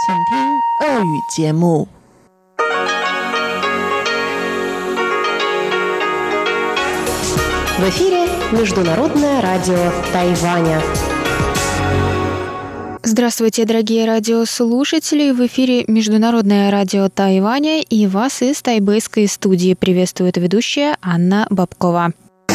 请听俄语节目。 В эфире Международное радио Тайваня. Здравствуйте, дорогие радиослушатели! В эфире Международное радио Тайваня, и вас из тайбэйской студии приветствует ведущая Анна Бабкова.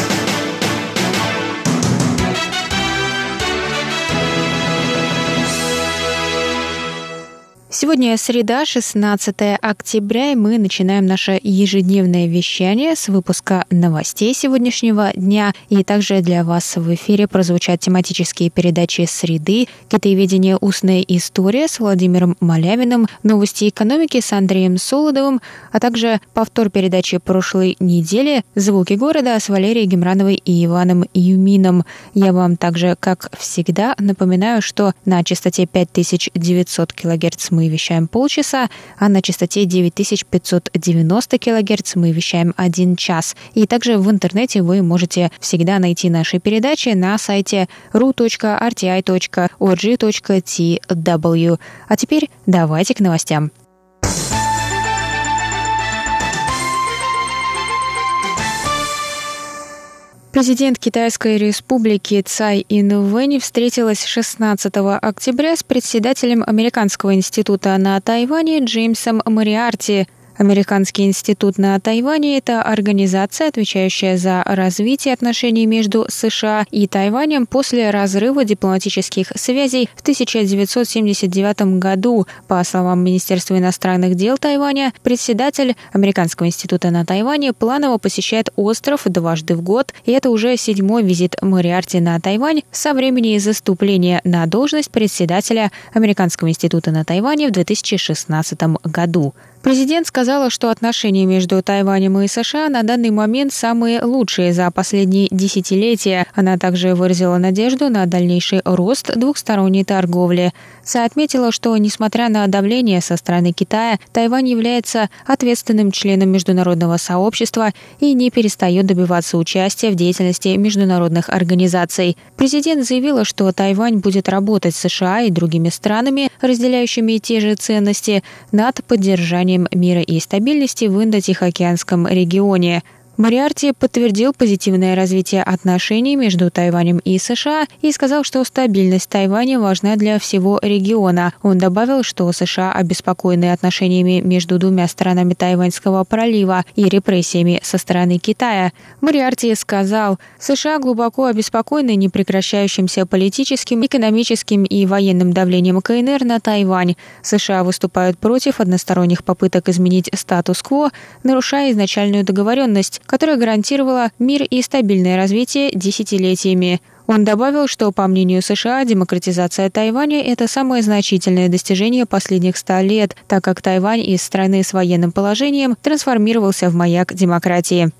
Сегодня среда, 16 октября, и мы начинаем наше ежедневное вещание с выпуска новостей сегодняшнего дня. И также для вас в эфире прозвучат тематические передачи «Среды», «Китаеведение. Устная история» с Владимиром Малявиным, «Новости экономики» с Андреем Солодовым, а также повтор передачи прошлой недели «Звуки города» с Валерией Гемрановой и Иваном Юмином. Я вам также, как всегда, напоминаю, что на частоте 5900 кГц мы вещаем полчаса, а на частоте 9590 кГц мы вещаем 1 час. И также в интернете вы можете всегда найти наши передачи на сайте ru.rti.org.tw. А теперь давайте к новостям. Президент Китайской республики Цай Ин-вэнь встретилась 16 октября с председателем Американского института на Тайване Джеймсом Мориарти. Американский институт на Тайване – это организация, отвечающая за развитие отношений между США и Тайванем после разрыва дипломатических связей в 1979 году. По словам Министерства иностранных дел Тайваня, председатель Американского института на Тайване планово посещает остров дважды в год, и это уже 7-й визит Мориарти на Тайвань со времени заступления на должность председателя Американского института на Тайване в 2016 году. Президент сказала, что отношения между Тайванем и США на данный момент самые лучшие за последние десятилетия. Она также выразила надежду на дальнейший рост двухсторонней торговли. Цай отметила, что, несмотря на давление со стороны Китая, Тайвань является ответственным членом международного сообщества и не перестает добиваться участия в деятельности международных организаций. Президент заявила, что Тайвань будет работать с США и другими странами, разделяющими те же ценности, над поддержанием мира и стабильности в Индо-Тихоокеанском регионе. Мориарти подтвердил позитивное развитие отношений между Тайванем и США и сказал, что стабильность Тайваня важна для всего региона. Он добавил, что США обеспокоены отношениями между двумя сторонами Тайваньского пролива и репрессиями со стороны Китая. Мориарти сказал, США глубоко обеспокоены непрекращающимся политическим, экономическим и военным давлением КНР на Тайвань. США выступают против односторонних попыток изменить статус-кво, нарушая изначальную договоренность, которая гарантировала мир и стабильное развитие десятилетиями. Он добавил, что, по мнению США, демократизация Тайваня – это самое значительное достижение последних 100 лет, так как Тайвань из страны с военным положением трансформировался в маяк демократии.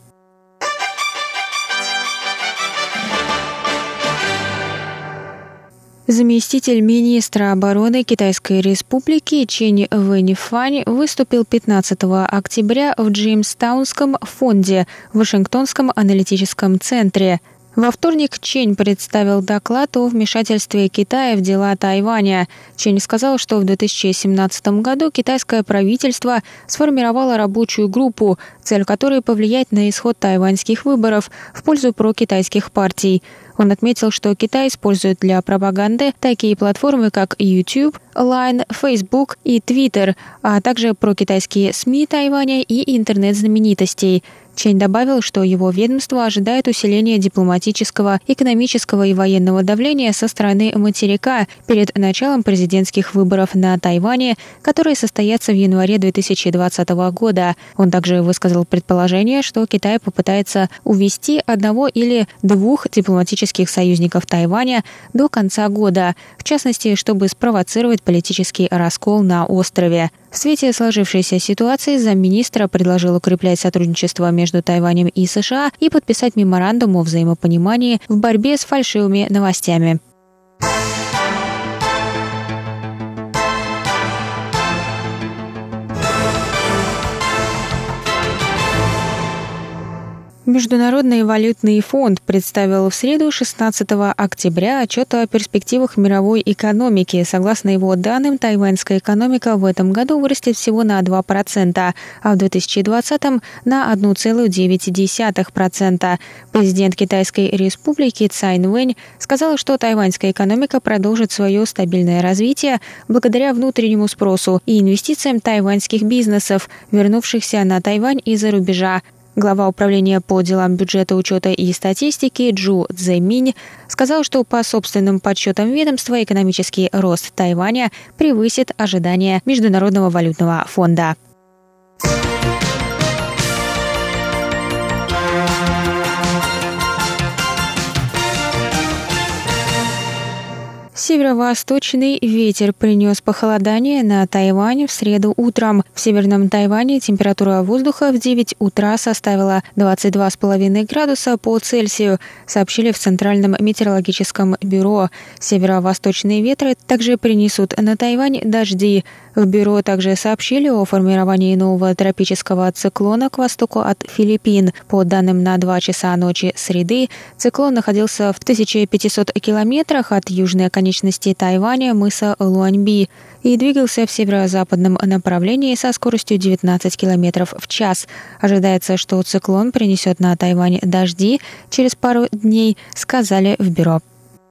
Заместитель министра обороны Китайской республики Чэнь Вэньфань выступил 15 октября в Джеймстаунском фонде в Вашингтонском аналитическом центре. Во вторник Чэнь представил доклад о вмешательстве Китая в дела Тайваня. Чэнь сказал, что в 2017 году китайское правительство сформировало рабочую группу, цель которой повлиять на исход тайваньских выборов в пользу прокитайских партий. Он отметил, что Китай использует для пропаганды такие платформы, как YouTube, Line, Facebook и Twitter, а также прокитайские СМИ Тайваня и интернет-знаменитостей. Чэнь добавил, что его ведомство ожидает усиления дипломатического, экономического и военного давления со стороны материка перед началом президентских выборов на Тайване, которые состоятся в январе 2020 года. Он также высказал предположение, что Китай попытается увести одного или двух дипломатических союзников Тайваня до конца года, в частности, чтобы спровоцировать политический раскол на острове. В свете сложившейся ситуации замминистра предложил укреплять сотрудничество между Тайванем и США и подписать меморандум о взаимопонимании в борьбе с фальшивыми новостями. Международный валютный фонд представил в среду 16 октября отчет о перспективах мировой экономики. Согласно его данным, тайваньская экономика в этом году вырастет всего на 2%, а в 2020 на 1,9%. Президент Китайской республики Цай Инвэнь сказал, что тайваньская экономика продолжит свое стабильное развитие благодаря внутреннему спросу и инвестициям тайваньских бизнесов, вернувшихся на Тайвань из-за рубежа. Глава управления по делам бюджета, учета и статистики Джу Цзэминь сказал, что по собственным подсчетам ведомства экономический рост Тайваня превысит ожидания Международного валютного фонда. Северо-восточный ветер принес похолодание на Тайвань в среду утром. В северном Тайване температура воздуха в 9 утра составила 22,5 градуса по Цельсию, сообщили в Центральном метеорологическом бюро. Северо-восточные ветры также принесут на Тайвань дожди. В бюро также сообщили о формировании нового тропического циклона к востоку от Филиппин. По данным на 2 часа ночи среды, циклон находился в 1500 километрах от южной оконечности Тайваня, мыса Луаньби, и двигался в северо-западном направлении со скоростью 19 километров в час. Ожидается, что циклон принесет на Тайвань дожди через пару дней, сказали в бюро.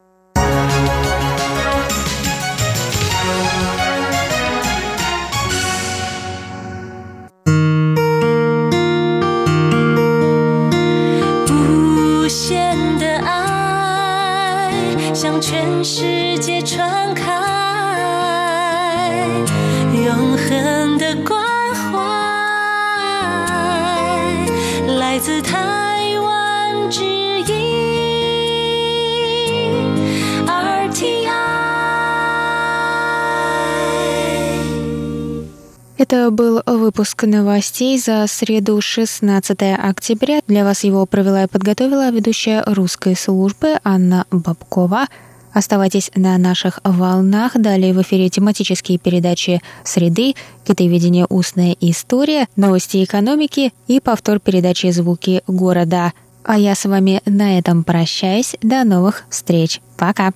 Это был выпуск новостей за среду 16 октября. Для вас его провела и подготовила ведущая русской службы Анна Бабкова. Оставайтесь на наших волнах. Далее в эфире тематические передачи «Среды», «Китаеведение. Устная история», «Новости экономики» и повтор передачи «Звуки города». А я с вами на этом прощаюсь. До новых встреч. Пока.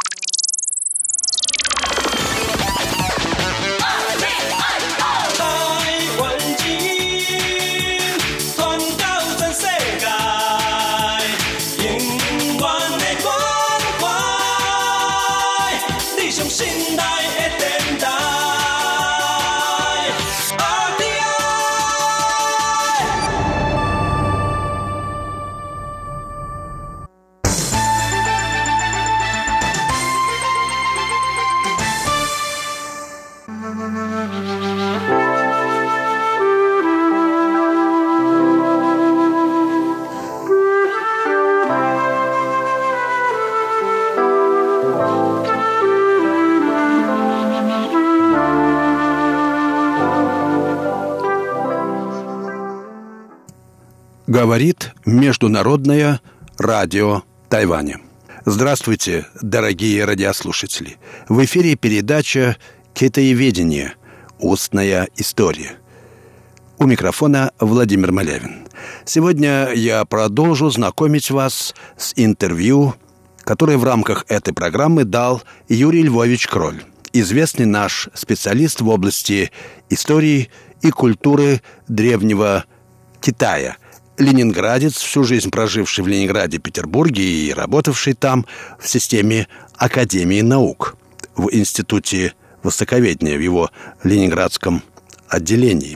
Говорит Международное радио Тайваня. Здравствуйте, дорогие радиослушатели. В эфире передача «Китаеведение. Устная история». У микрофона Владимир Малявин. Сегодня я продолжу знакомить вас с интервью, которое в рамках этой программы дал Юрий Львович Кроль, известный наш специалист в области истории и культуры древнего Китая, ленинградец, всю жизнь проживший в Ленинграде, Петербурге и работавший там в системе Академии наук, в Институте Востоковедения, в его ленинградском отделении.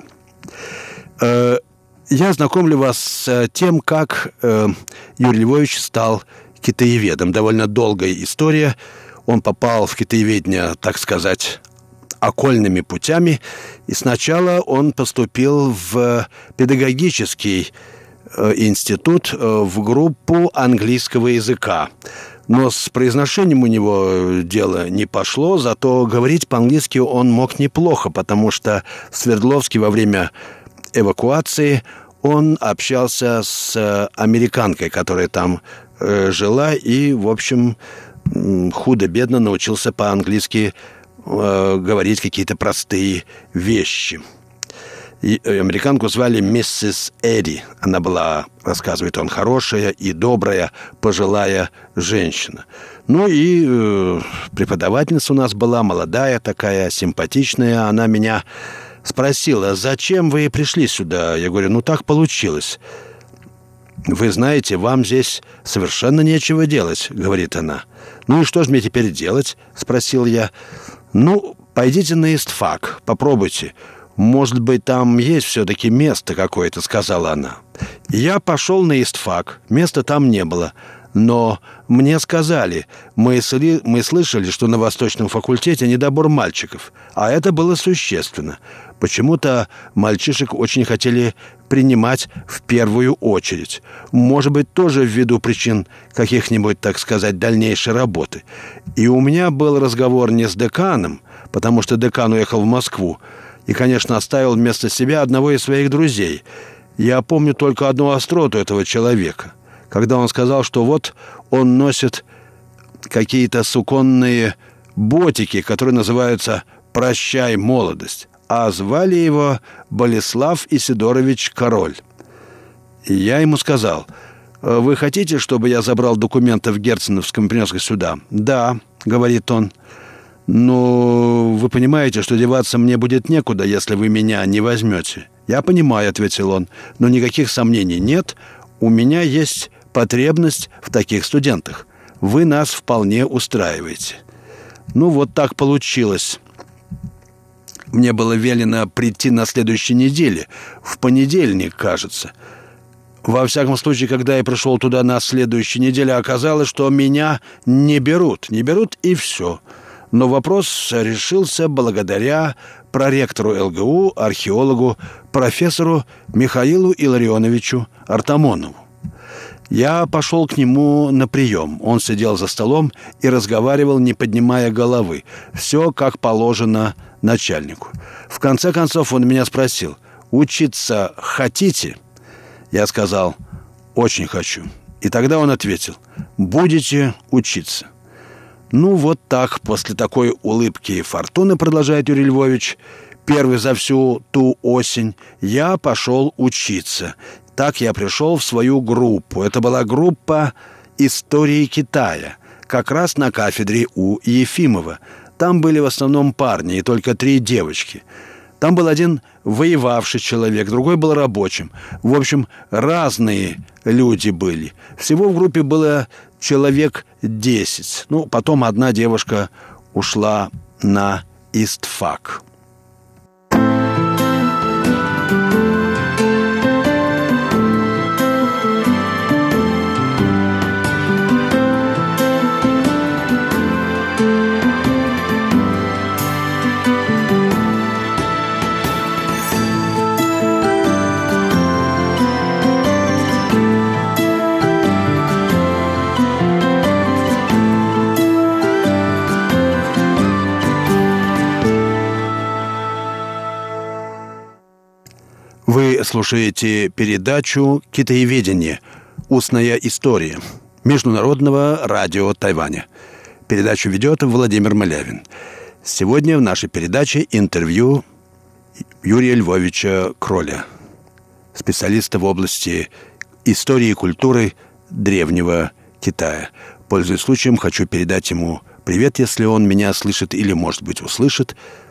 Я знакомлю вас с тем, как Юрий Львович стал китаеведом. Довольно долгая история. Он попал в китаеведение, так сказать, окольными путями. И сначала он поступил в педагогический институт, в группу английского языка. Но с произношением у него дело не пошло, зато говорить по-английски он мог неплохо, потому что в Свердловске во время эвакуации он общался с американкой, которая там жила, и, в общем, худо-бедно научился по-английски говорить какие-то простые вещи. И американку звали миссис Эри. Она была, рассказывает он, хорошая и добрая пожилая женщина. Ну и преподавательница у нас была молодая такая, симпатичная. Она меня спросила: зачем вы пришли сюда? Я говорю: ну так получилось. «Вы знаете, вам здесь совершенно нечего делать», — говорит она. «Ну и что же мне теперь делать?» — спросил я. «Ну, пойдите на истфак, попробуйте. Может быть, там есть все-таки место какое-то», — сказала она. Я пошел на истфак, места там не было. Но мне сказали, мы слышали, что на Восточном факультете недобор мальчиков, а это было существенно. Почему-то мальчишек очень хотели принимать в первую очередь. Может быть, тоже ввиду причин каких-нибудь, так сказать, дальнейшей работы. И у меня был разговор не с деканом, потому что декан уехал в Москву, и, конечно, оставил вместо себя одного из своих друзей. Я помню только одну остроту этого человека, когда он сказал, что вот он носит какие-то суконные ботики, которые называются «Прощай, молодость», а звали его Болеслав Исидорович Король. И я ему сказал: «Вы хотите, чтобы я забрал документы в Герценовском и принес их сюда?» «Да», — говорит он. «Ну, вы понимаете, что деваться мне будет некуда, если вы меня не возьмете». «Я понимаю», — ответил он, — «но никаких сомнений нет. У меня есть потребность в таких студентах. Вы нас вполне устраиваете». Ну, вот так получилось. Мне было велено прийти на следующей неделе, в понедельник, кажется. Во всяком случае, когда я пришел туда на следующей неделе, оказалось, что меня не берут. Не берут, и все. Но вопрос решился благодаря проректору ЛГУ, археологу, профессору Михаилу Илларионовичу Артамонову. Я пошел к нему на прием. Он сидел за столом и разговаривал, не поднимая головы. Все как положено начальнику. В конце концов он меня спросил: «Учиться хотите?» Я сказал: «Очень хочу». И тогда он ответил: «Будете учиться». Ну, вот так, после такой улыбки фортуны, продолжает Юрий Львович, первый за всю ту осень, я пошел учиться. Так я пришел в свою группу. Это была группа истории Китая, как раз на кафедре у Ефимова. Там были в основном парни и только 3 девочки. Там был один воевавший человек, другой был рабочим. В общем, разные люди были. Всего в группе было человек 10. Ну, потом одна девушка ушла на истфак. Вы слушаете передачу «Китаеведение. Устная история» Международного радио Тайваня. Передачу ведет Владимир Малявин. Сегодня в нашей передаче интервью Юрия Львовича Кроля, специалиста в области истории и культуры древнего Китая. Пользуясь случаем, хочу передать ему привет, если он меня слышит или, может быть, услышит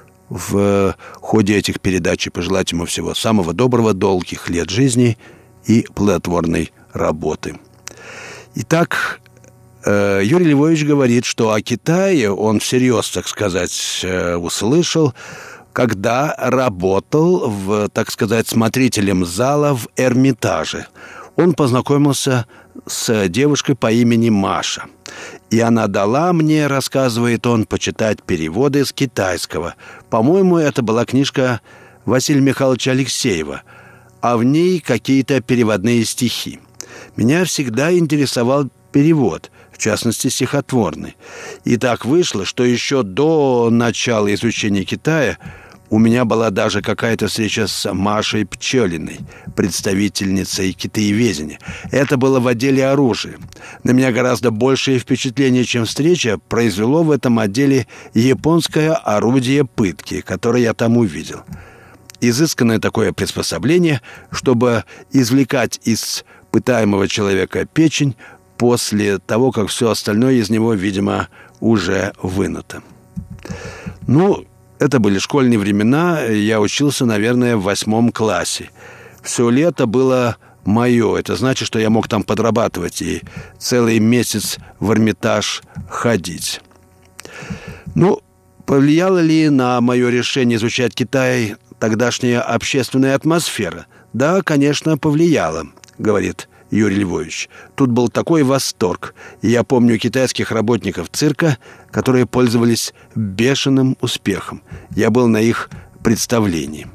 в ходе этих передач, и пожелать ему всего самого доброго, долгих лет жизни и плодотворной работы. Итак, Юрий Львович говорит, что о Китае он всерьез, так сказать, услышал, когда работал, так сказать, смотрителем зала в Эрмитаже. Он познакомился с девушкой по имени Маша. И она дала мне, рассказывает он, почитать переводы с китайского. По-моему, это была книжка Василия Михайловича Алексеева, а в ней какие-то переводные стихи. Меня всегда интересовал перевод, в частности, стихотворный. И так вышло, что еще до начала изучения Китая у меня была даже какая-то встреча с Машей Пчелиной, представительницей китаеведения. Это было в отделе оружия. На меня гораздо большее впечатление, чем встреча, произвело в этом отделе японское орудие пытки, которое я там увидел. изысканное такое приспособление, чтобы извлекать из пытаемого человека печень после того, как все остальное из него, видимо, уже вынуто. Это были школьные времена. Я учился, наверное, в 8 классе. Все лето было мое. Это значит, что я мог там подрабатывать и целый месяц в Эрмитаж ходить. Повлияла ли на мое решение изучать Китай тогдашняя общественная атмосфера? Да, конечно, повлияла, говорит Юрий Львович. Тут был такой восторг. И я помню китайских работников цирка, которые пользовались бешеным успехом. Я был на их представлении.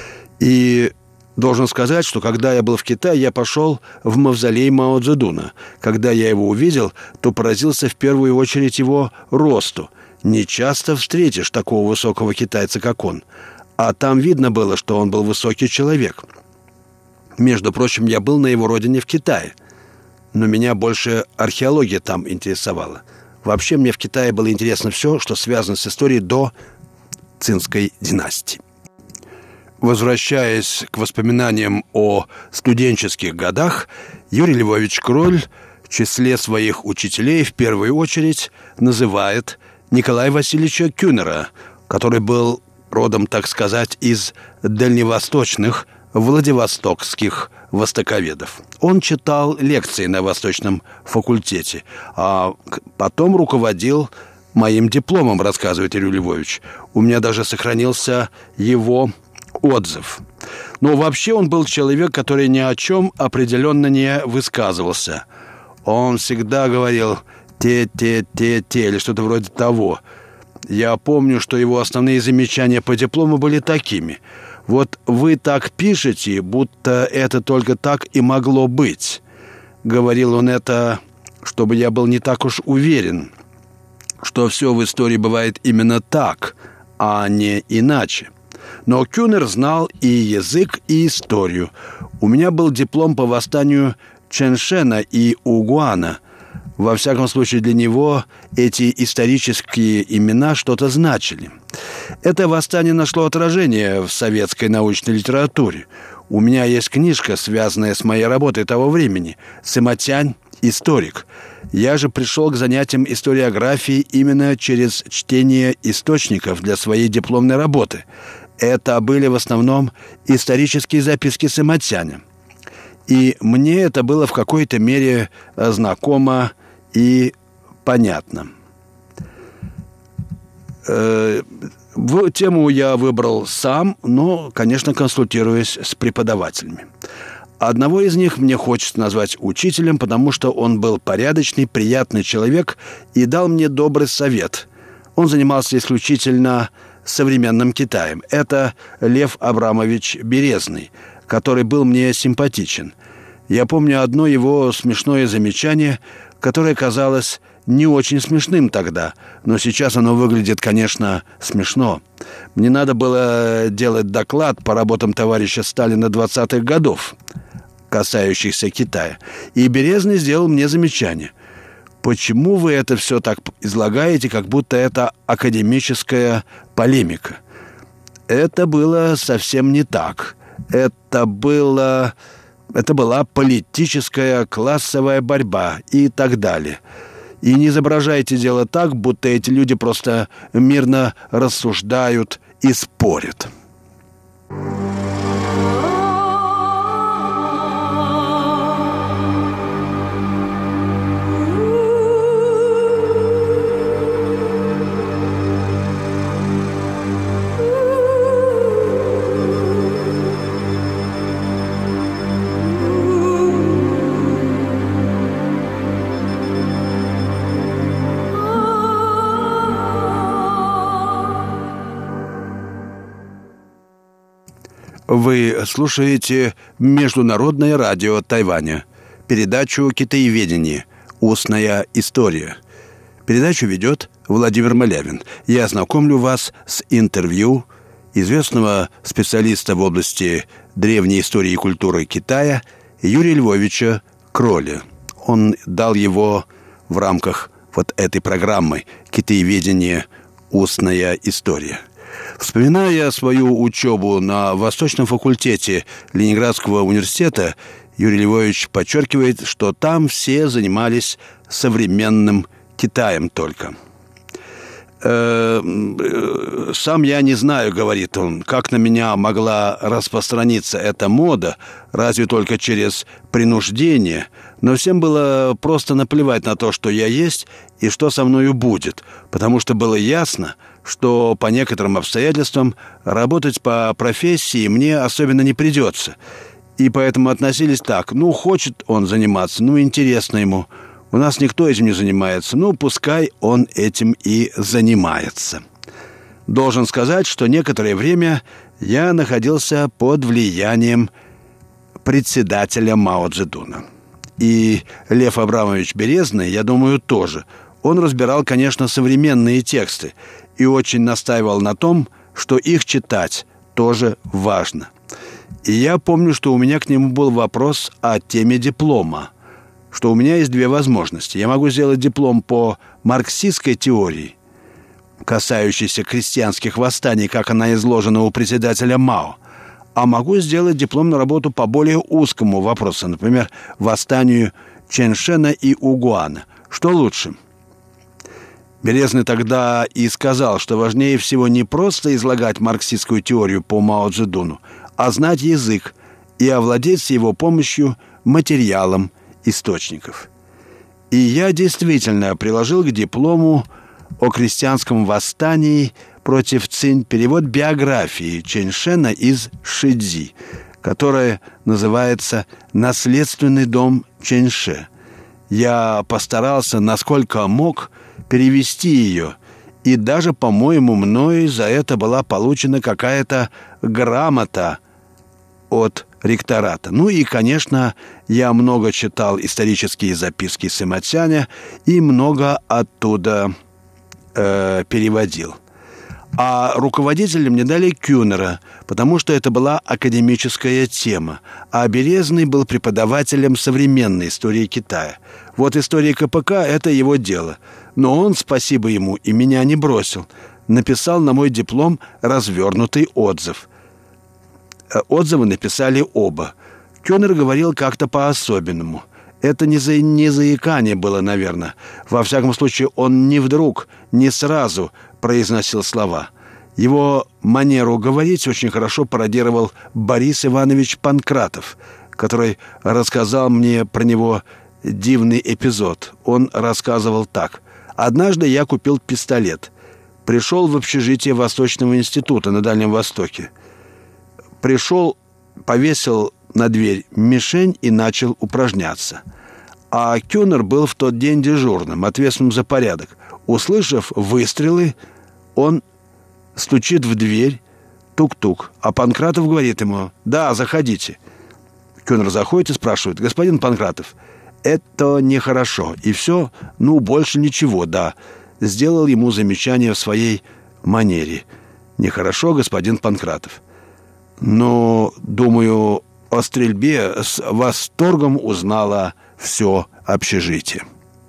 И должен сказать, что когда я был в Китае, я пошел в мавзолей Мао Цзэдуна. Когда я его увидел, то поразился в первую очередь его росту. Не часто встретишь такого высокого китайца, как он. А там видно было, что он был высокий человек. Между прочим, я был на его родине в Китае. Но меня больше археология там интересовала. Вообще, мне в Китае было интересно все, что связано с историей до Цинской династии. Возвращаясь к воспоминаниям о студенческих годах, Юрий Львович Кроль в числе своих учителей в первую очередь называет Николая Васильевича Кюнера, который был родом, так сказать, из дальневосточных владивостокских востоковедов. Он читал лекции на Восточном факультете, а потом руководил моим дипломом, рассказывает Юрий Львович. У меня даже сохранился его отзыв. Но вообще он был человек, который ни о чем определенно не высказывался. Он всегда говорил «те» или что-то вроде того. Я помню, что его основные замечания по диплому были такими: «Вот вы так пишете, будто это только так и могло быть». Говорил он это, чтобы я был не так уж уверен, что все в истории бывает именно так, а не иначе. Но Кюнер знал и язык, и историю. У меня был диплом по восстанию Чэньшэна и Угуана. Во всяком случае, для него эти исторические имена что-то значили. Это восстание нашло отражение в советской научной литературе. У меня есть книжка, связанная с моей работой того времени, «Сыма Тянь. Историк». Я же пришел к занятиям историографии именно через чтение источников для своей дипломной работы. Это были в основном исторические записки Сыма Тяня. И мне это было в какой-то мере знакомо и понятно. Тему я выбрал сам, но, конечно, консультируясь с преподавателями. Одного из них мне хочется назвать учителем, потому что он был порядочный, приятный человек и дал мне добрый совет. Он занимался исключительно современным Китаем. Это Лев Абрамович Березный, который был мне симпатичен. Я помню одно его смешное замечание, которое казалось не очень смешным тогда, но сейчас оно выглядит, конечно, смешно. Мне надо было делать доклад по работам товарища Сталина 20-х годов, касающихся Китая. И Березный сделал мне замечание: «Почему вы это все так излагаете, как будто это академическая полемика?» Это было совсем не так. Это была политическая, классовая борьба и так далее. И не изображайте дело так, будто эти люди просто мирно рассуждают и спорят. Вы слушаете Международное радио Тайваня, передачу «Китаеведение. Устная история». Передачу ведет Владимир Малявин. Я знакомлю вас с интервью известного специалиста в области древней истории и культуры Китая Юрия Львовича Кроля. Он дал его в рамках вот этой программы «Китаеведение. Устная история». Вспоминая свою учебу на Восточном факультете Ленинградского университета, Юрий Львович подчеркивает, что там все занимались современным Китаем только. «Сам я не знаю, — говорит он, — как на меня могла распространиться эта мода, разве только через принуждение, но всем было просто наплевать на то, что я есть и что со мною будет, потому что было ясно, что по некоторым обстоятельствам работать по профессии мне особенно не придется, и поэтому относились так: ну, хочет он заниматься, ну, интересно ему. У нас никто этим не занимается. Ну, пускай он этим и занимается». Должен сказать, что некоторое время я находился под влиянием председателя Мао Цзэдуна. И Лев Абрамович Березный, я думаю, тоже. Он разбирал, конечно, современные тексты и очень настаивал на том, что их читать тоже важно. И я помню, что у меня к нему был вопрос о теме диплома, что у меня есть две возможности. Я могу сделать диплом по марксистской теории, касающейся крестьянских восстаний, как она изложена у председателя Мао, а могу сделать дипломную работу по более узкому вопросу, например, восстанию Чэньшэна и Угуана. Что лучше? Березный тогда и сказал, что важнее всего не просто излагать марксистскую теорию по Мао Цзэдуну, а знать язык и овладеть с его помощью материалом источников. И я действительно приложил к диплому о крестьянском восстании против Цинь перевод биографии Чэньшэна из Шидзи, которая называется «Наследственный дом Чэньшэ». Я постарался, насколько мог, перевести ее, и даже, по-моему, мною за это была получена какая-то грамота от ректората. Ну и, конечно, я много читал исторические записки Сыма Цяня и много оттуда переводил. А руководителем мне дали Кюнера, потому что это была академическая тема, а Березный был преподавателем современной истории Китая. Вот история КПК – это его дело. Но он, спасибо ему, и меня не бросил. Написал на мой диплом развернутый отзыв. Отзывы написали оба. Кюнер говорил как-то по-особенному. Это не заикание было, наверное. Во всяком случае, он не вдруг, не сразу произносил слова. Его манеру говорить очень хорошо пародировал Борис Иванович Панкратов, который рассказал мне про него дивный эпизод. Он рассказывал так. «Однажды я купил пистолет. Пришел в общежитие Восточного института на Дальнем Востоке. Пришел, повесил на дверь мишень и начал упражняться. А Кюнер был в тот день дежурным, ответственным за порядок. Услышав выстрелы, он стучит в дверь, тук-тук, а Панкратов говорит ему: «Да, заходите». Кюнер заходит и спрашивает: «Господин Панкратов, это нехорошо». И все, больше ничего, да. Сделал ему замечание в своей манере. «Нехорошо, господин Панкратов». Но, думаю, о стрельбе с восторгом узнало все общежитие.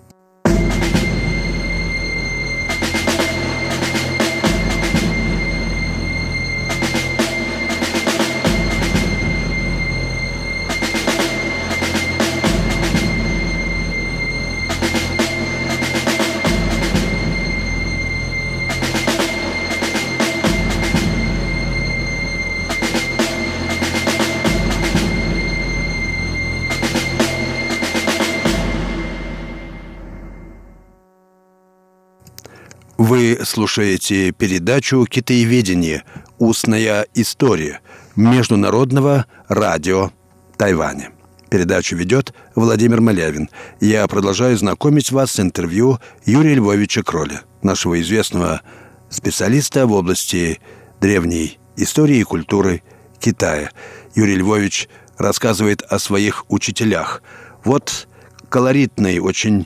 Вы слушаете передачу «Китаеведение. Устная история» Международного радио Тайваня. Передачу ведет Владимир Малявин. Я продолжаю знакомить вас с интервью Юрия Львовича Кроля, нашего известного специалиста в области древней истории и культуры Китая. Юрий Львович рассказывает о своих учителях. Вот колоритный, очень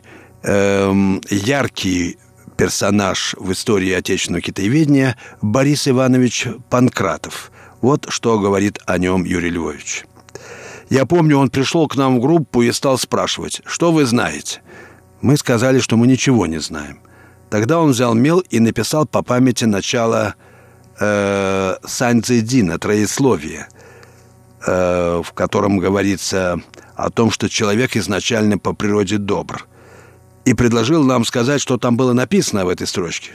яркий персонаж в истории отечественного китаеведения Борис Иванович Панкратов. Вот что говорит о нем Юрий Львович. Я помню, он пришел к нам в группу и стал спрашивать: «Что вы знаете?» Мы сказали, что мы ничего не знаем. Тогда он взял мел и написал по памяти начало Саньцзэдзина, троесловие, в котором говорится о том, что человек изначально по природе добр. И предложил нам сказать, что там было написано в этой строчке.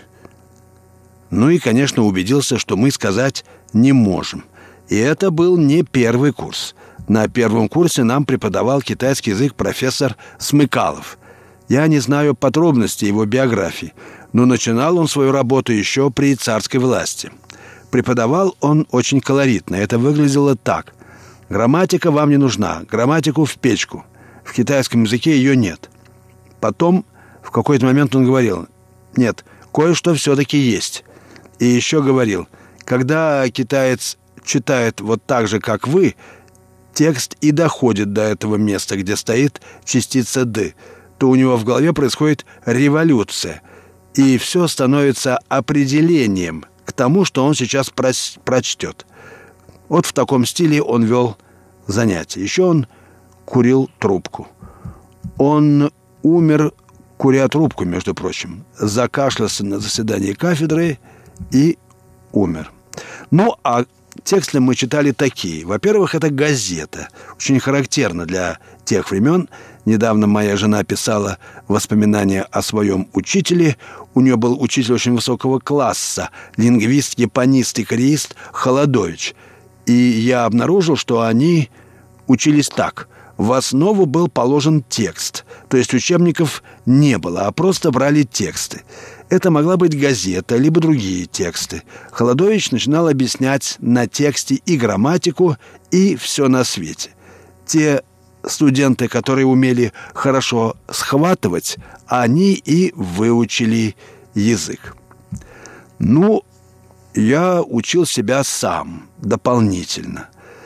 Ну и, конечно, убедился, что мы сказать не можем. И это был не первый курс. На первом курсе нам преподавал китайский язык профессор Смыкалов. Я не знаю подробностей его биографии, но начинал он свою работу еще при царской власти. Преподавал он очень колоритно. Это выглядело так. Грамматика вам не нужна. Грамматику в печку. В китайском языке ее нет. Потом в какой-то момент он говорил: нет, кое-что все-таки есть. И еще говорил: когда китаец читает вот так же, как вы, текст и доходит до этого места, где стоит частица «д», то у него в голове происходит революция. И все становится определением к тому, что он сейчас прочтет. Вот в таком стиле он вел занятия. Еще он курил трубку. Он умер, куря трубку, между прочим. Закашлялся на заседании кафедры и умер. Ну, а тексты мы читали такие. Во-первых, это газета. Очень характерно для тех времен. Недавно моя жена писала воспоминания о своем учителе. У нее был учитель очень высокого класса, лингвист, японист и кореист Холодович. И я обнаружил, что они учились так. В основу был положен текст. То есть учебников не было, а просто брали тексты. Это могла быть газета, либо другие тексты. Холодович начинал объяснять на тексте и грамматику, и все на свете. Те студенты, которые умели хорошо схватывать, они и выучили язык. Ну, я учил себя сам дополнительно.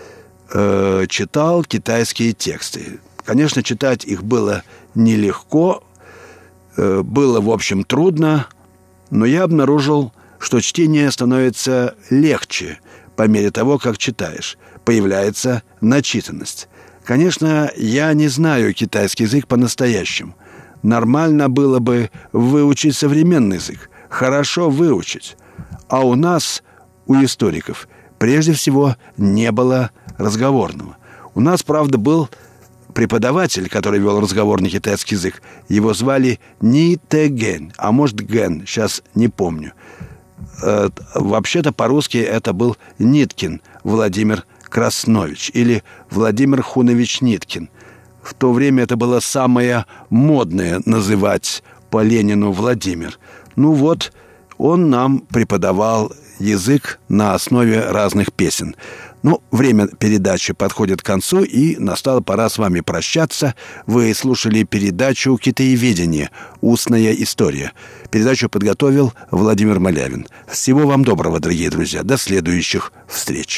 Читал китайские тексты. Конечно, читать их было нелегко, было, в общем, трудно, но я обнаружил, что чтение становится легче по мере того, как читаешь. Появляется начитанность. Конечно, я не знаю китайский язык по-настоящему. Нормально было бы выучить современный язык, хорошо выучить. А у нас, у историков, прежде всего не было разговорного. У нас, правда, был преподаватель, который вел разговорный китайский язык. Его звали Ни Тэ Ген, а может Ген, сейчас не помню. Вообще-то по-русски это был Ниткин Владимир Краснович или Владимир Хунович Ниткин. В то время это было самое модное называть по Ленину Владимир. Ну вот, он нам преподавал язык на основе разных песен. Ну, время передачи подходит к концу, и настала пора с вами прощаться. Вы слушали передачу «Китаеведение. Устная история». Передачу подготовил Владимир Малявин. Всего вам доброго, дорогие друзья. До следующих встреч.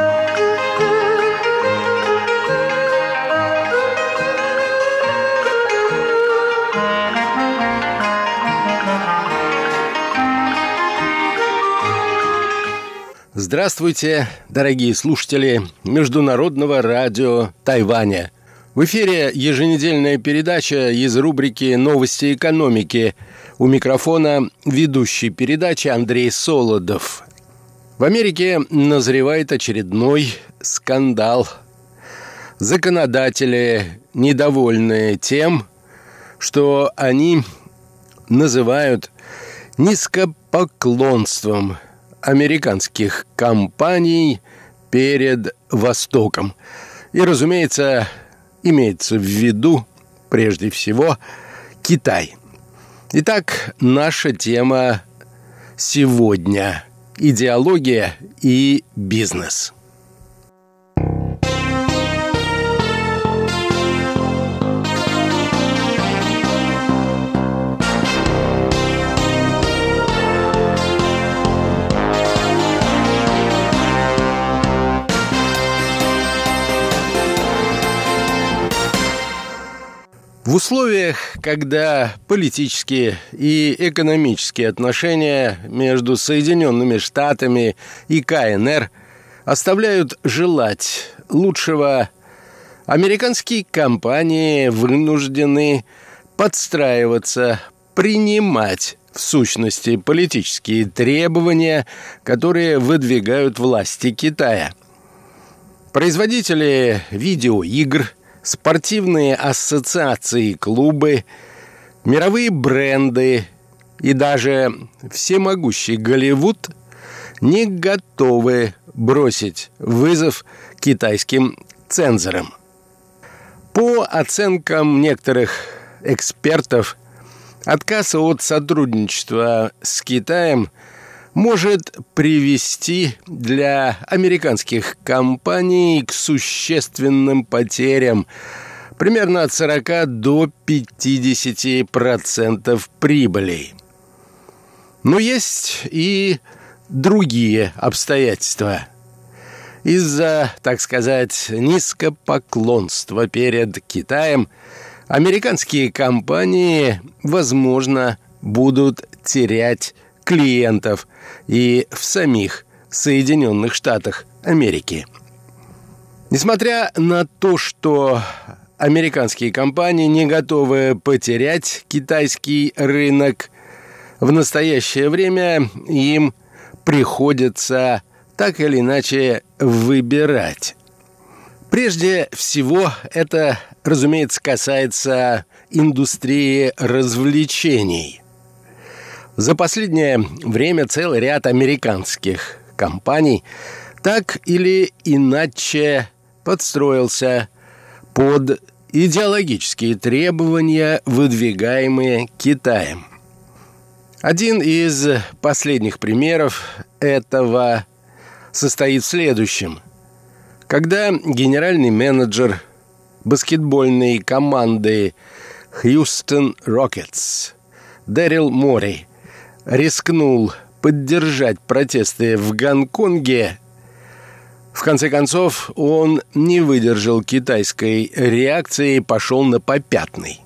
Здравствуйте, дорогие слушатели Международного радио Тайваня. В эфире еженедельная передача из рубрики «Новости экономики». У микрофона ведущий передачи Андрей Солодов. В Америке назревает очередной скандал. Законодатели недовольны тем, что они называют низкопоклонством американских компаний перед Востоком. И, разумеется, имеется в виду, прежде всего, Китай. Итак, наша тема сегодня – идеология и бизнес. В условиях, когда политические и экономические отношения между Соединенными Штатами и КНР оставляют желать лучшего, американские компании вынуждены подстраиваться, принимать в в сущности политические требования, которые выдвигают власти Китая. Производители видеоигр, спортивные ассоциации и клубы, мировые бренды и даже всемогущий Голливуд не готовы бросить вызов китайским цензорам. По оценкам некоторых экспертов, отказ от сотрудничества с Китаем может привести для американских компаний к существенным потерям, примерно от 40 до 50% прибыли. Но есть и другие обстоятельства. Из-за, так сказать, низкопоклонства перед Китаем американские компании, возможно, будут терять клиентов и в самих Соединенных Штатах Америки. Несмотря на то, что американские компании не готовы потерять китайский рынок, в настоящее время им приходится так или иначе выбирать. Прежде всего, это, разумеется, касается индустрии развлечений. За последнее время целый ряд американских компаний так или иначе подстроился под идеологические требования, выдвигаемые Китаем. Один из последних примеров этого состоит в следующем. Когда генеральный менеджер баскетбольной команды Хьюстон Рокетс Дэрил Мори рискнул поддержать протесты в Гонконге, в конце концов он не выдержал китайской реакции и пошел на попятный.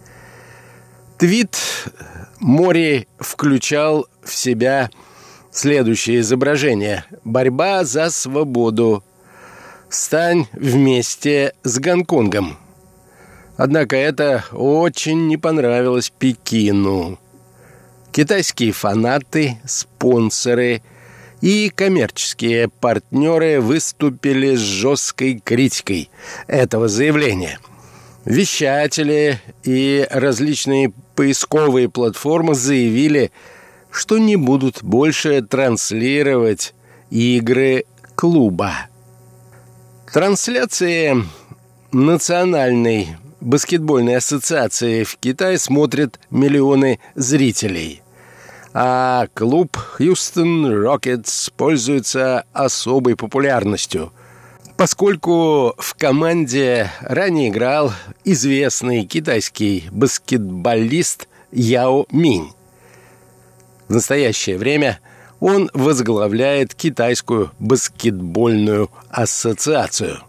Твит Мори включал в себя следующее изображение: «Борьба за свободу. Стань вместе с Гонконгом». Однако это очень не понравилось Пекину. Китайские фанаты, спонсоры и коммерческие партнеры выступили с жесткой критикой этого заявления. Вещатели и различные поисковые платформы заявили, что не будут больше транслировать игры клуба. Трансляции Национальной баскетбольной ассоциации в Китае смотрят миллионы зрителей, а клуб Хьюстон Рокетс пользуется особой популярностью, поскольку в команде ранее играл известный китайский баскетболист Яо Минь. В настоящее время он возглавляет Китайскую баскетбольную ассоциацию.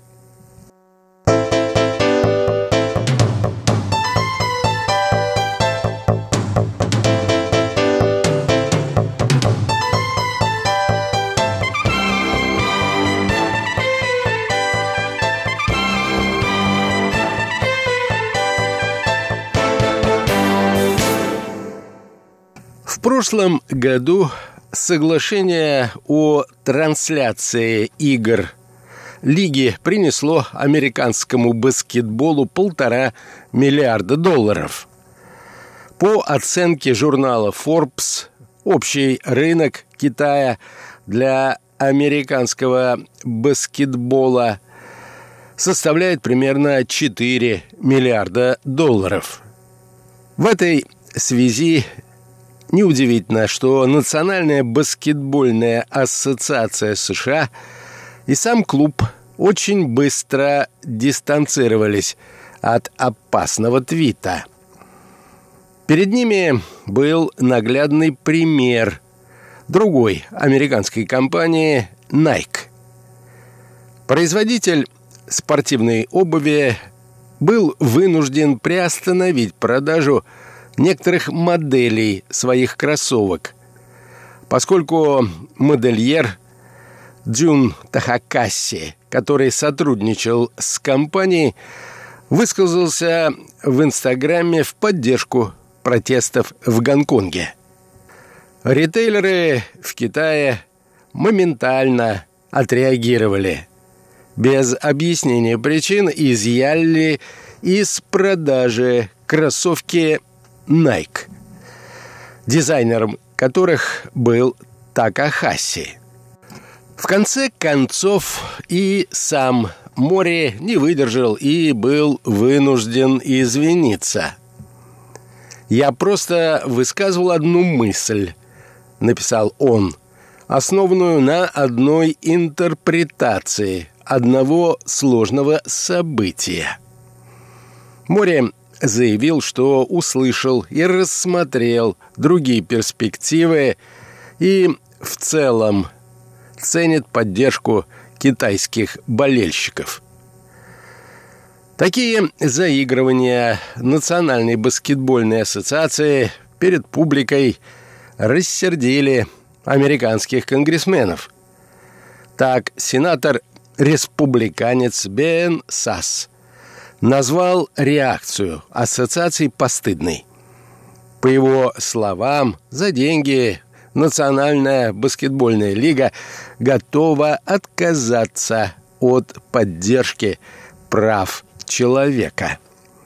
В прошлом году соглашение о трансляции игр лиги принесло американскому баскетболу $1,5 миллиарда. По оценке журнала Forbes, общий рынок Китая для американского баскетбола составляет примерно $4 миллиарда. В этой связи неудивительно, что Национальная баскетбольная ассоциация США и сам клуб очень быстро дистанцировались от опасного твита. Перед ними был наглядный пример другой американской компании Nike. Производитель спортивной обуви был вынужден приостановить продажу некоторых моделей своих кроссовок, поскольку модельер Джун Тахакаси, который сотрудничал с компанией, высказался в Инстаграме в поддержку протестов в Гонконге. Ритейлеры в Китае моментально отреагировали. Без объяснения причин изъяли из продажи кроссовки Nike, дизайнером которых был Такахаси. В конце концов и сам Мори не выдержал и был вынужден извиниться. «Я просто высказывал одну мысль», — написал он, «основанную на одной интерпретации одного сложного события». Мори заявил, что услышал и рассмотрел другие перспективы и в целом ценит поддержку китайских болельщиков. Такие заигрывания Национальной баскетбольной ассоциации перед публикой рассердили американских конгрессменов. Так, сенатор-республиканец Бен Сасс назвал реакцию ассоциации постыдной. По его словам, за деньги Национальная баскетбольная лига готова отказаться от поддержки прав человека.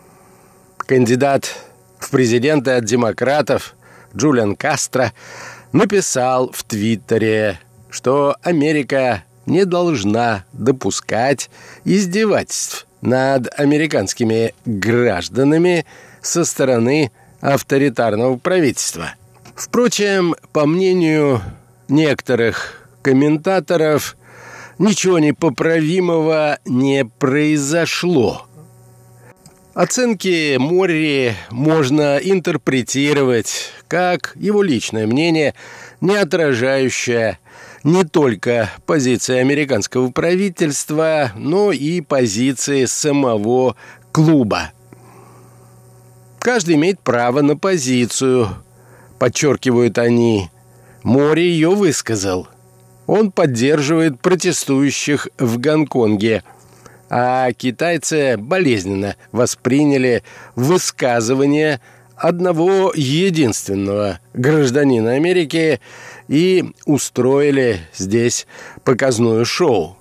Кандидат в президенты от демократов Джулиан Кастро написал в Твиттере, что Америка не должна допускать издевательств над американскими гражданами со стороны авторитарного правительства. Впрочем, по мнению некоторых комментаторов, ничего непоправимого не произошло. Оценки Мори можно интерпретировать как его личное мнение, не отражающее не только позиции американского правительства, но и позиции самого клуба. Каждый имеет право на позицию, подчеркивают они. Мори ее высказал. Он поддерживает протестующих в Гонконге, а китайцы болезненно восприняли высказывание одного единственного гражданина Америки и устроили здесь показное шоу.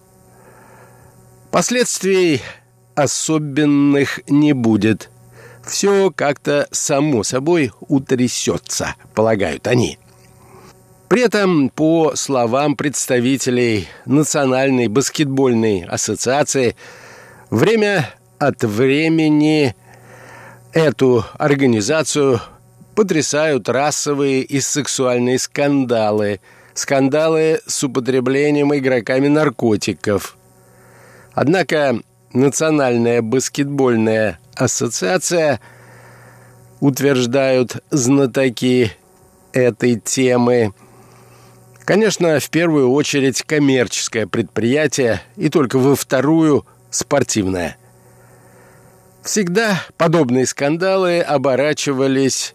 Последствий особенных не будет. Все как-то само собой утрясется, полагают они. При этом, по словам представителей Национальной баскетбольной ассоциации, время от времени эту организацию потрясают расовые и сексуальные скандалы, скандалы с употреблением игроками наркотиков. Однако Национальная баскетбольная ассоциация, утверждают знатоки этой темы, конечно, в первую очередь коммерческое предприятие и только во вторую – спортивное. Всегда подобные скандалы оборачивались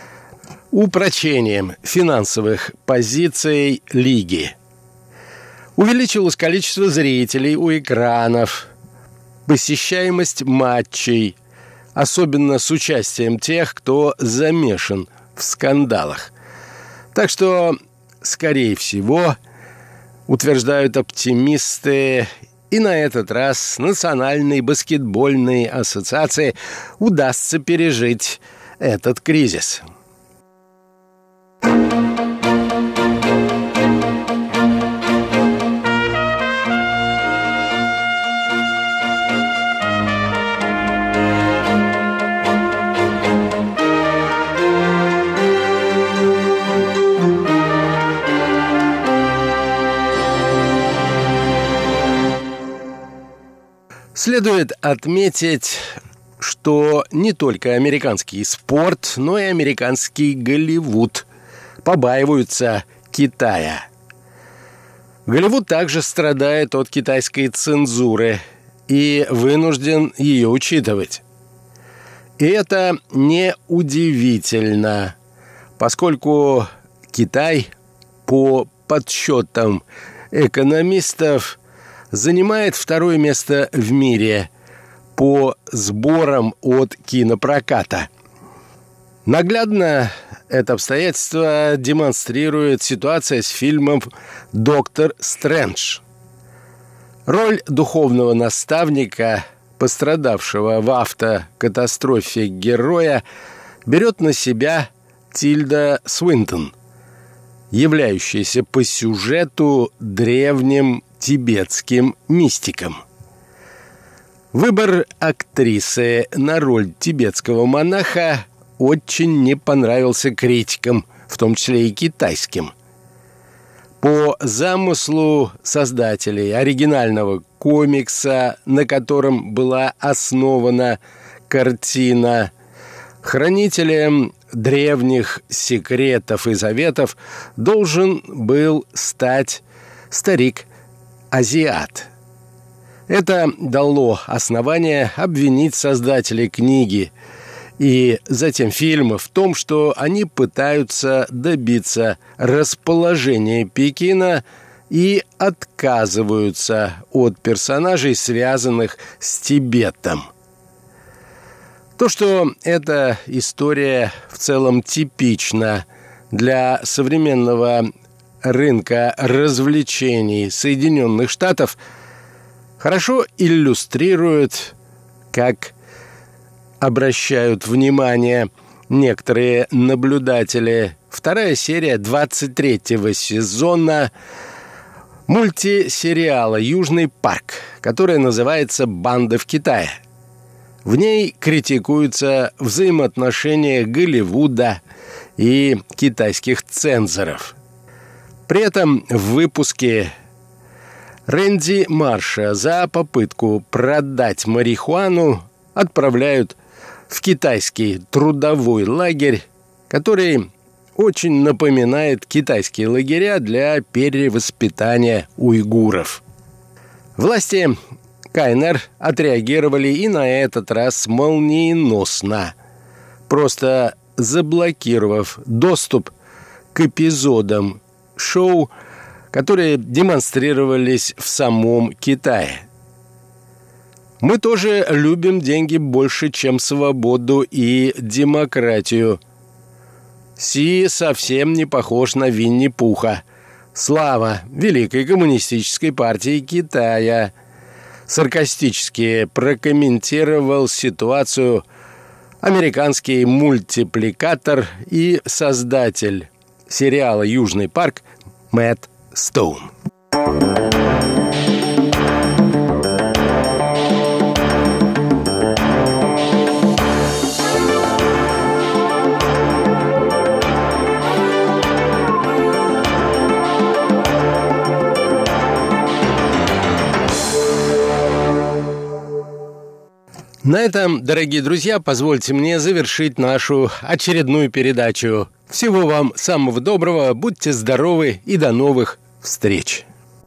упрочением финансовых позиций лиги. Увеличилось количество зрителей у экранов, посещаемость матчей, особенно с участием тех, кто замешан в скандалах. Так что, скорее всего, утверждают оптимисты, и на этот раз Национальной баскетбольной ассоциации удастся пережить этот кризис. Следует отметить, что не только американский спорт, но и американский Голливуд побаиваются Китая. Голливуд также страдает от китайской цензуры и вынужден ее учитывать. И это неудивительно, поскольку Китай, по подсчетам экономистов, занимает второе место в мире по сборам от кинопроката. Наглядно это обстоятельство демонстрирует ситуация с фильмом «Доктор Стрэндж». Роль духовного наставника, пострадавшего в автокатастрофе героя, берет на себя Тильда Свинтон, являющаяся по сюжету древним тибетским мистиком. Выбор актрисы на роль тибетского монаха очень не понравился критикам, в том числе и китайским. По замыслу создателей оригинального комикса, на котором была основана картина, хранителем древних секретов и заветов должен был стать старик-азиат. Это дало основание обвинить создателей книги и затем фильма в том, что они пытаются добиться расположения Пекина и отказываются от персонажей, связанных с Тибетом. То, что эта история в целом типична для современного рынка развлечений Соединенных Штатов, хорошо иллюстрирует, как обращают внимание некоторые наблюдатели, вторая серия 23-го сезона мультисериала «Южный парк», которая называется «Банда в Китае». В ней критикуются взаимоотношения Голливуда и китайских цензоров. При этом в выпуске Рэнди Марша за попытку продать марихуану отправляют в китайский трудовой лагерь, который очень напоминает китайские лагеря для перевоспитания уйгуров. Власти КНР отреагировали и на этот раз молниеносно, просто заблокировав доступ к эпизодам шоу, которые демонстрировались в самом Китае. Мы тоже любим деньги больше, чем свободу и демократию. Си совсем не похож на Винни-Пуха. Слава Великой коммунистической партии Китая. Саркастически прокомментировал ситуацию американский мультипликатор и создатель сериала «Южный парк» Мэтт Стоун. На этом, дорогие друзья, позвольте мне завершить нашу очередную передачу. Всего вам самого доброго, будьте здоровы и до новых встреч!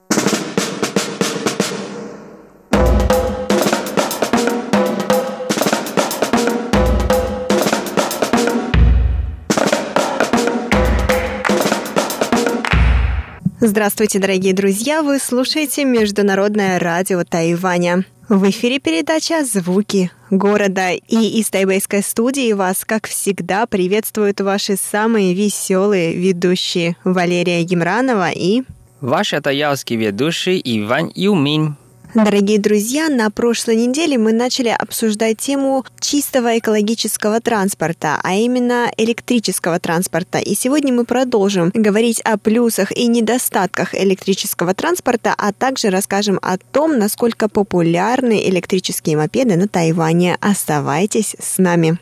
Здравствуйте, дорогие друзья! Вы слушаете Международное радио Тайваня. В эфире передача «Звуки города». И из тайбэйской студии вас, как всегда, приветствуют ваши самые веселые ведущие Валерия Емранова и... Ваш таялский ведущий Иван Юмин. Дорогие друзья, на прошлой неделе мы начали обсуждать тему чистого экологического транспорта, а именно электрического транспорта. И сегодня мы продолжим говорить о плюсах и недостатках электрического транспорта, а также расскажем о том, насколько популярны электрические мопеды на Тайване. Оставайтесь с нами.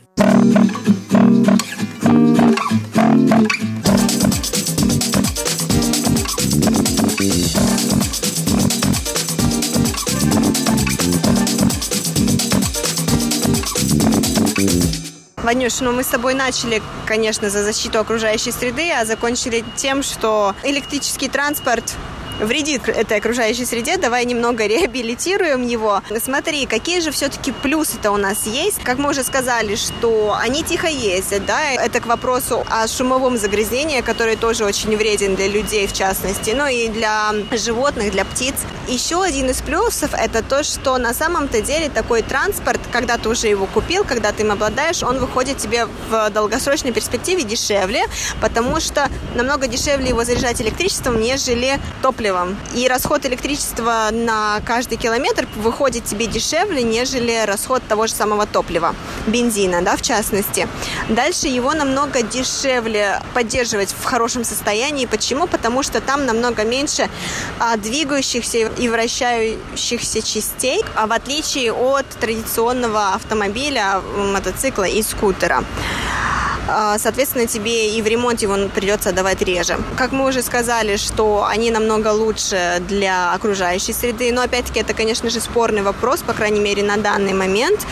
Ванюш, мы с тобой начали, конечно, за защиту окружающей среды, а закончили тем, что электрический транспорт вредит этой окружающей среде. Давай немного реабилитируем его. Смотри, какие же все-таки плюсы-то у нас есть. Как мы уже сказали, что они тихо ездят, да, это к вопросу о шумовом загрязнении, который тоже очень вреден для людей, в частности, но и для животных, для птиц. Еще один из плюсов – это то, что на самом-то деле такой транспорт, когда ты уже его купил, когда ты им обладаешь, он выходит тебе в долгосрочной перспективе дешевле, потому что намного дешевле его заряжать электричеством, нежели топливом. И расход электричества на каждый километр выходит тебе дешевле, нежели расход того же самого топлива, бензина, да, в частности. Дальше его намного дешевле поддерживать в хорошем состоянии. Почему? Потому что там намного меньше двигающихся и вращающихся частей, в отличие от традиционного автомобиля, мотоцикла и скутера. Соответственно, тебе и в ремонте его придется отдавать реже. Как мы уже сказали, что они намного лучше для окружающей среды, но опять-таки это, конечно же, спорный вопрос, по крайней мере, на данный момент.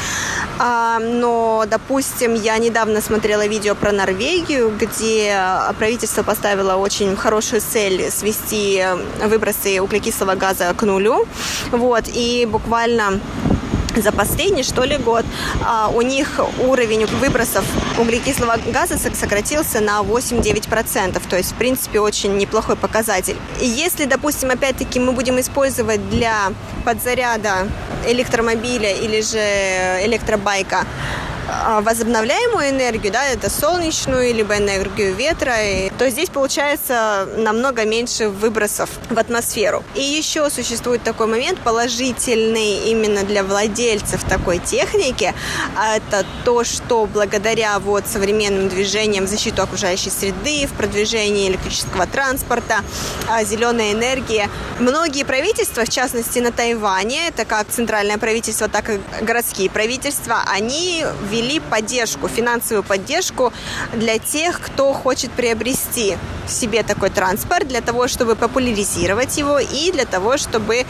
Но, допустим, я недавно смотрела видео про Норвегию, где правительство поставило очень хорошую цель свести выбросы углекислого газа к нулю. Вот, и буквально за последний, год у них уровень выбросов углекислого газа сократился на 8-9%. То есть, в принципе, очень неплохой показатель. И если, допустим, опять-таки мы будем использовать для подзаряда электромобиля или же электробайка возобновляемую энергию, да, это солнечную, либо энергию ветра, то здесь получается намного меньше выбросов в атмосферу. И еще существует такой момент положительный именно для владельцев такой техники, это то, что благодаря вот современным движениям в защиту окружающей среды, в продвижении электрического транспорта, зеленой энергии, многие правительства, в частности на Тайване, это как центральное правительство, так и городские правительства, они ввели поддержку, финансовую поддержку для тех, кто хочет приобрести себе такой транспорт, для того, чтобы популяризировать его и для того, чтобы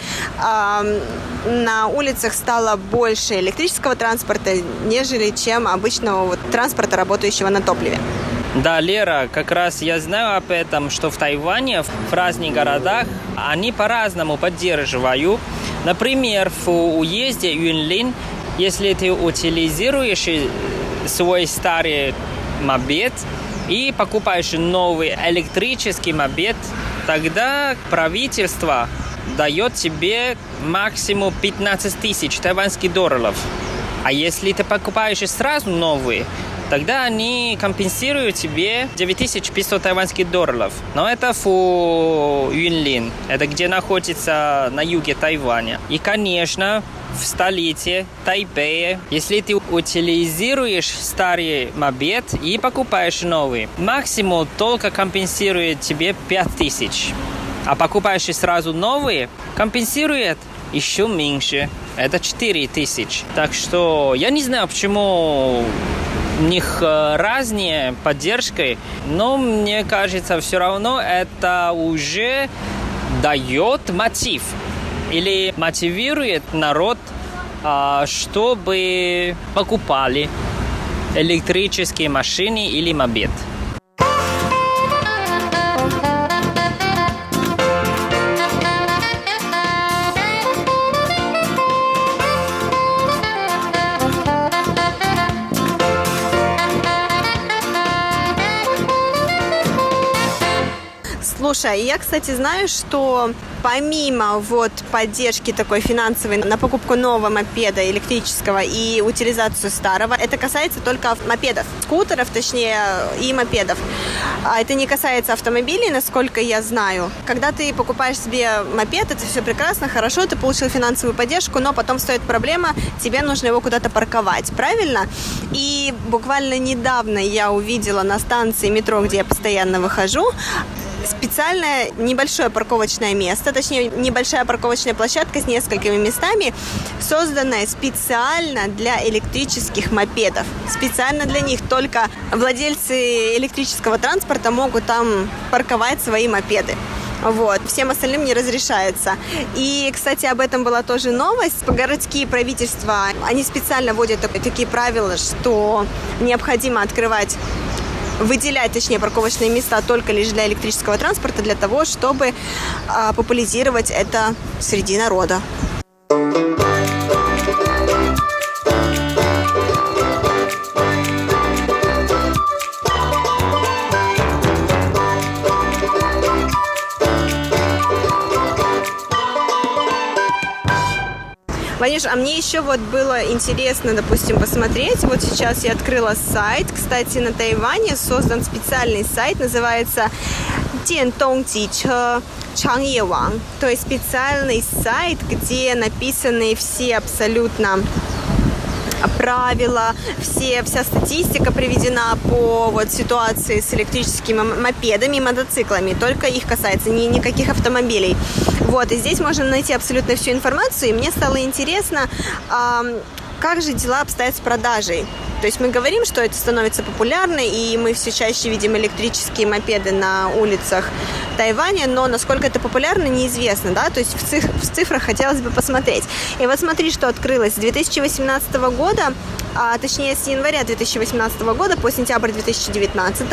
на улицах стало больше электрического транспорта, нежели чем обычного транспорта, работающего на топливе. Да, Лера, как раз я знаю об этом, что в Тайване, в разных городах, они по-разному поддерживают. Например, в уезде Юньлин, если ты утилизируешь свой старый мопед и покупаешь новый электрический мопед, тогда правительство дает тебе максимум 15 тысяч тайваньских долларов. А если ты покупаешь сразу новый, тогда они компенсируют тебе 9500 тайваньских долларов. Но это в Юньлин, это где находится на юге Тайваня. И, конечно, в столице Тайпея, если ты утилизируешь старый мопед и покупаешь новый, максимум только компенсирует тебе 5000. А покупаешь сразу новый, компенсирует еще меньше. Это 4000. Так что я не знаю, почему у них разные поддержки, но мне кажется, все равно это уже дает мотив или мотивирует народ, чтобы покупали электрические машины или мопед. Слушай, я, кстати, знаю, что помимо вот поддержки такой финансовой на покупку нового мопеда электрического и утилизацию старого, это касается только мопедов, скутеров, точнее, и мопедов. А это не касается автомобилей, насколько я знаю. Когда ты покупаешь себе мопед, это все прекрасно, хорошо, ты получил финансовую поддержку, но потом стоит проблема, тебе нужно его куда-то парковать, правильно? И буквально недавно я увидела на станции метро, где я постоянно выхожу, специальное небольшое парковочное место, точнее, небольшая парковочная площадка с несколькими местами, созданная специально для электрических мопедов. Специально для них. Только владельцы электрического транспорта могут там парковать свои мопеды. Вот. Всем остальным не разрешается. И, кстати, об этом была тоже новость. Городские правительства, они специально вводят такие правила, что необходимо открывать выделять, точнее, парковочные места только лишь для электрического транспорта, для того, чтобы популяризировать это среди народа. Ванюш, а мне еще вот было интересно, допустим, посмотреть. Вот сейчас я открыла сайт. Кстати, на Тайване создан специальный сайт, называется Диантонгжиче Чангьеван. То есть специальный сайт, где написаны все абсолютно правила, вся статистика приведена по вот ситуации с электрическими мопедами и мотоциклами. Только их касается, никаких автомобилей. Вот, и здесь можно найти абсолютно всю информацию. И мне стало интересно, как же дела обстоят с продажей. То есть мы говорим, что это становится популярно, и мы все чаще видим электрические мопеды на улицах Тайваня, но насколько это популярно, неизвестно, да, то есть в цифрах хотелось бы посмотреть. И вот смотри, что открылось. С 2018 года, точнее с января 2018 года по сентябрь 2019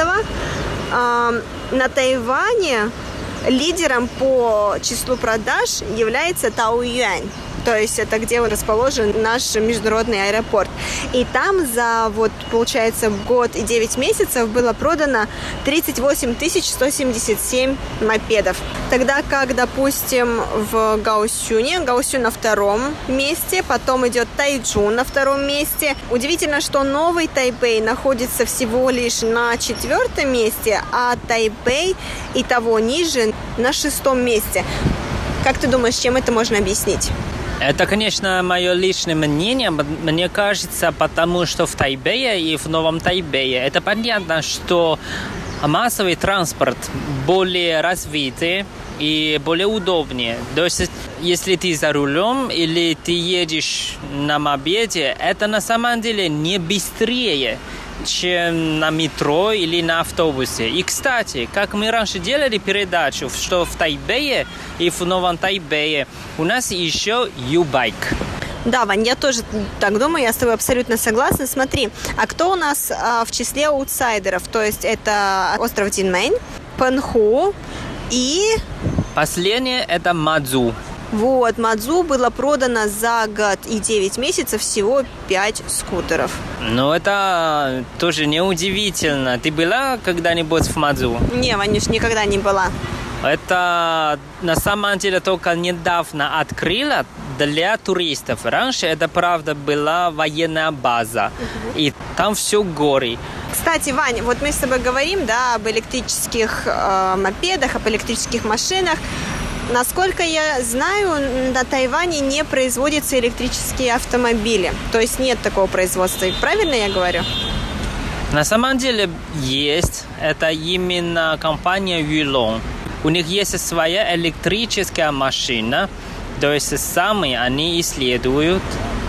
на Тайване лидером по числу продаж является Таоюань. То есть это где расположен наш международный аэропорт. И там за, вот, получается, год и 9 месяцев было продано 38 177 мопедов. Тогда как, допустим, в Гаосюне, Гаосюн на втором месте, потом идет Тайчжун на втором месте. Удивительно, что Новый Тайбэй находится всего лишь на 4-м месте, а Тайбэй и того ниже на 6-м месте. Как ты думаешь, чем это можно объяснить? Это, конечно, мое личное мнение. Мне кажется, потому что в Тайбэе и в Новом Тайбэе это понятно, что массовый транспорт более развитый и более удобнее. То есть, если ты за рулем или ты едешь на мопеде, это на самом деле не быстрее, чем на метро или на автобусе. И, кстати, как мы раньше делали передачу, что в Тайбэе и в Новом Тайбэе у нас еще U-Bike. Да, Вань, я тоже так думаю, я с тобой абсолютно согласна. Смотри, а кто у нас в числе аутсайдеров? То есть это остров Динмэнь, Пэнху и... Последнее это Мадзу. Вот, Мадзу было продано за год и 9 месяцев всего 5 скутеров. Ну, это тоже неудивительно. Ты была когда-нибудь в Мадзу? Не, Ванюш, никогда не была. Это на самом деле только недавно открыла для туристов. Раньше это, правда, была военная база. И там все горы. Кстати, Вань, вот мы с тобой говорим, да, об электрических мопедах, об электрических машинах. Насколько я знаю, на Тайване не производятся электрические автомобили. То есть нет такого производства. Правильно я говорю? На самом деле есть. Это именно компания Yulong. У них есть своя электрическая машина. То есть сами они исследуют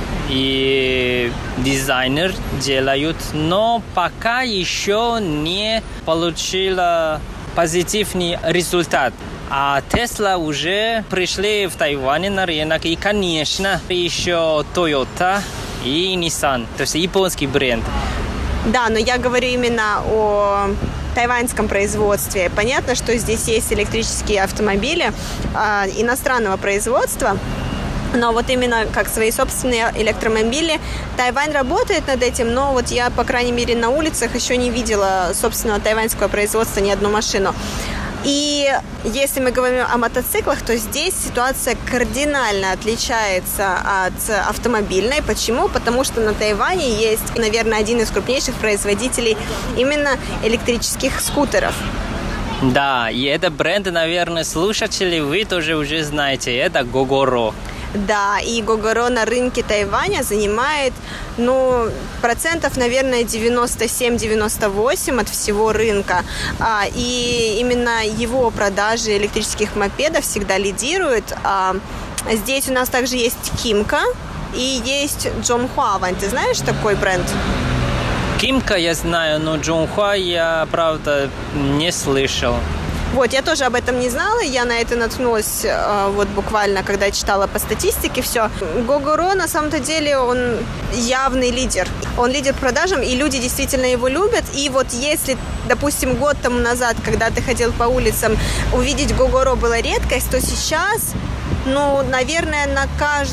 и дизайнер делают. Но пока еще не получила позитивный результат. А Tesla уже пришли в Тайване на рынок. И, конечно, еще Toyota и Nissan. То есть японский бренд. Да, но я говорю именно о тайваньском производстве. Понятно, что здесь есть электрические автомобили иностранного производства. Но вот именно как свои собственные электромобили. Тайвань работает над этим, но вот я, по крайней мере, на улицах еще не видела собственного тайваньского производства ни одну машину. И если мы говорим о мотоциклах, то здесь ситуация кардинально отличается от автомобильной. Почему? Потому что на Тайване есть, наверное, один из крупнейших производителей именно электрических скутеров. Да, и это бренд, наверное, слушатели вы тоже уже знаете. Это Gogoro. Да, и Gogoro на рынке Тайваня занимает, процентов, наверное, 97-98 от всего рынка. И именно его продажи электрических мопедов всегда лидируют. Здесь у нас также есть Кимка и есть Джонхуа. Вань, ты знаешь такой бренд? Кимка я знаю, но Джонхуа я, правда, не слышал. Вот, я тоже об этом не знала, я на это наткнулась вот буквально, когда читала по статистике все. Gogoro, на самом-то деле, он явный лидер. Он лидер по продажам, и люди действительно его любят. И вот если, допустим, год тому назад, когда ты ходил по улицам, увидеть Gogoro была редкость, то сейчас... Ну, наверное, на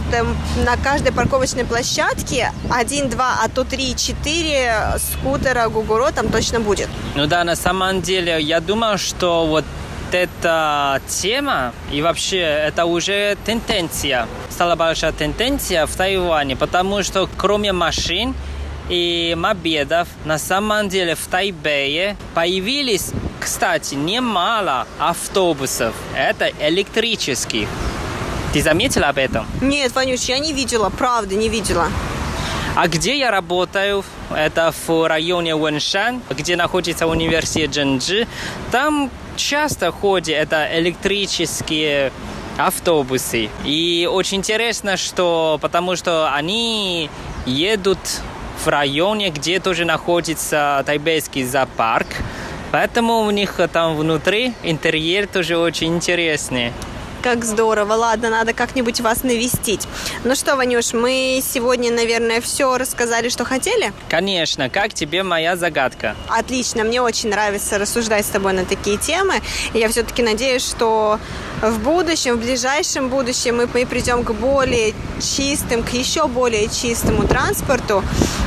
каждой парковочной площадке 1, 2, а то 3, 4 скутера Gogoro там точно будет. Ну да, на самом деле, я думаю, что вот эта тема и вообще это уже тенденция. Стала большая тенденция в Тайване, потому что кроме машин и мопедов, на самом деле в Тайбэе появились, кстати, немало автобусов. Это электрических. Ты заметила об этом? Нет, Ванюш, я не видела, правда, не видела. А где я работаю? Это в районе Вэньшань, где находится университет Чжэнчжи. Там часто ходят это электрические автобусы. И очень интересно, потому что они едут в районе, где тоже находится тайбэйский зоопарк. Поэтому у них там внутри интерьер тоже очень интересный. Как здорово. Ладно, надо как-нибудь вас навестить. Ну что, Ванюш, мы сегодня, наверное, все рассказали, что хотели? Конечно. Как тебе моя загадка? Отлично. Мне очень нравится рассуждать с тобой на такие темы. И я все-таки надеюсь, что в будущем, в ближайшем будущем мы придем к более чистым, к еще более чистому транспорту,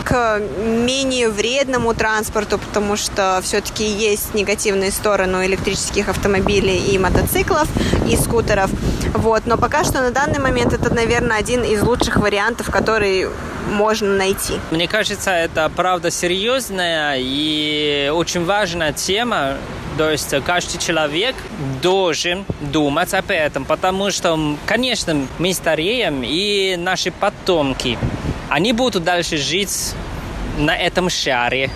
к менее вредному транспорту, потому что все-таки есть негативные стороны у электрических автомобилей и мотоциклов, и скутеров. Вот. Но пока что на данный момент это, наверное, один из лучших вариантов, который можно найти. Мне кажется, это правда серьезная и очень важная тема. То есть каждый человек должен думать об этом, потому что, конечно, мы стареем, и наши потомки, они будут дальше жить на этом шаре.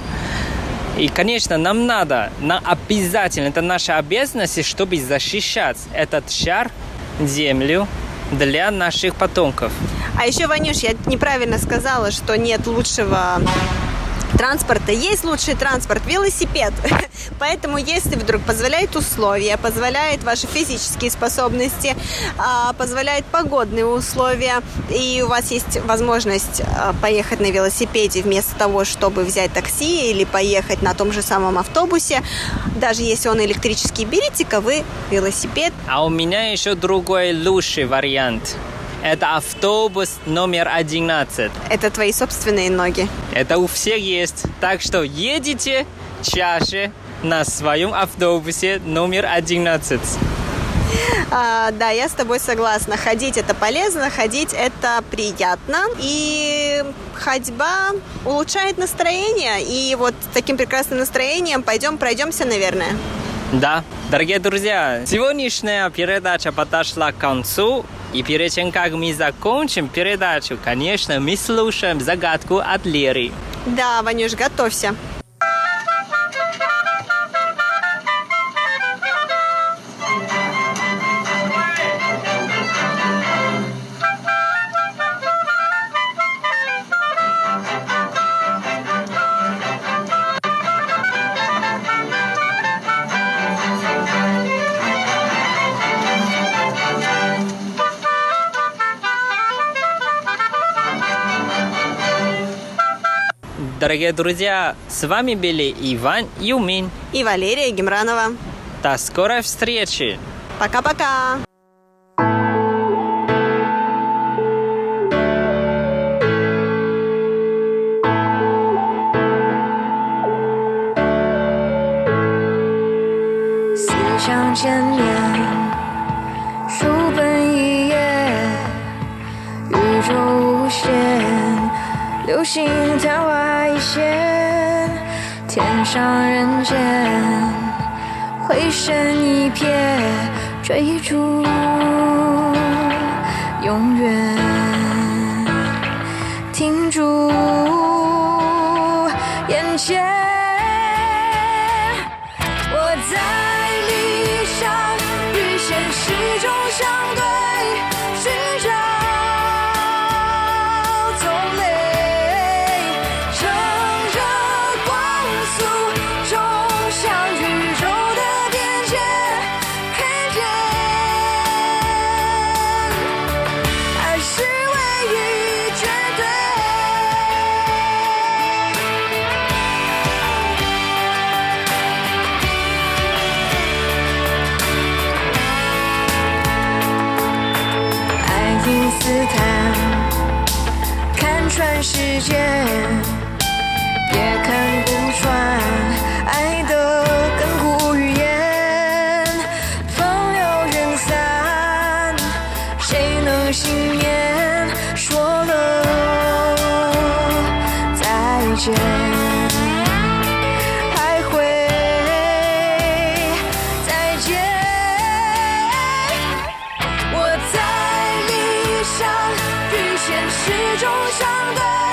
И, конечно, нам обязательно, это наша обязанность, чтобы защищать этот шар, Землю, для наших потомков. А еще, Ванюш, я неправильно сказала, что нет лучшего транспорта. Есть лучший транспорт – велосипед. Поэтому, если вдруг позволяет условия, позволяет ваши физические способности, позволяют погодные условия, и у вас есть возможность поехать на велосипеде вместо того, чтобы взять такси или поехать на том же самом автобусе, даже если он электрический, берите-ка вы велосипед. А у меня еще другой лучший вариант. Это автобус номер 11. Это твои собственные ноги. Это у всех есть. Так что едете чаще на своем автобусе номер 11. Да, я с тобой согласна. Ходить это полезно, ходить это приятно. И ходьба улучшает настроение. И вот с таким прекрасным настроением пройдемся, наверное. Да, дорогие друзья, сегодняшняя передача подошла к концу. И перед тем, как мы закончим передачу, конечно, мы слушаем загадку от Леры. Да, Ванюш, готовься. Дорогие друзья, с вами были Иван Юмин и Валерия Гемранова. До скорой встречи. Пока-пока. 流星昙花一现，天上人间，回声一瞥，追逐永远，停住眼前。我在理想与现实中相对，寻找斯坦，看穿世界，也看不穿爱的亘古语言。风流人散，谁能幸免说了再见？还会再见。我在理想与现实中相对。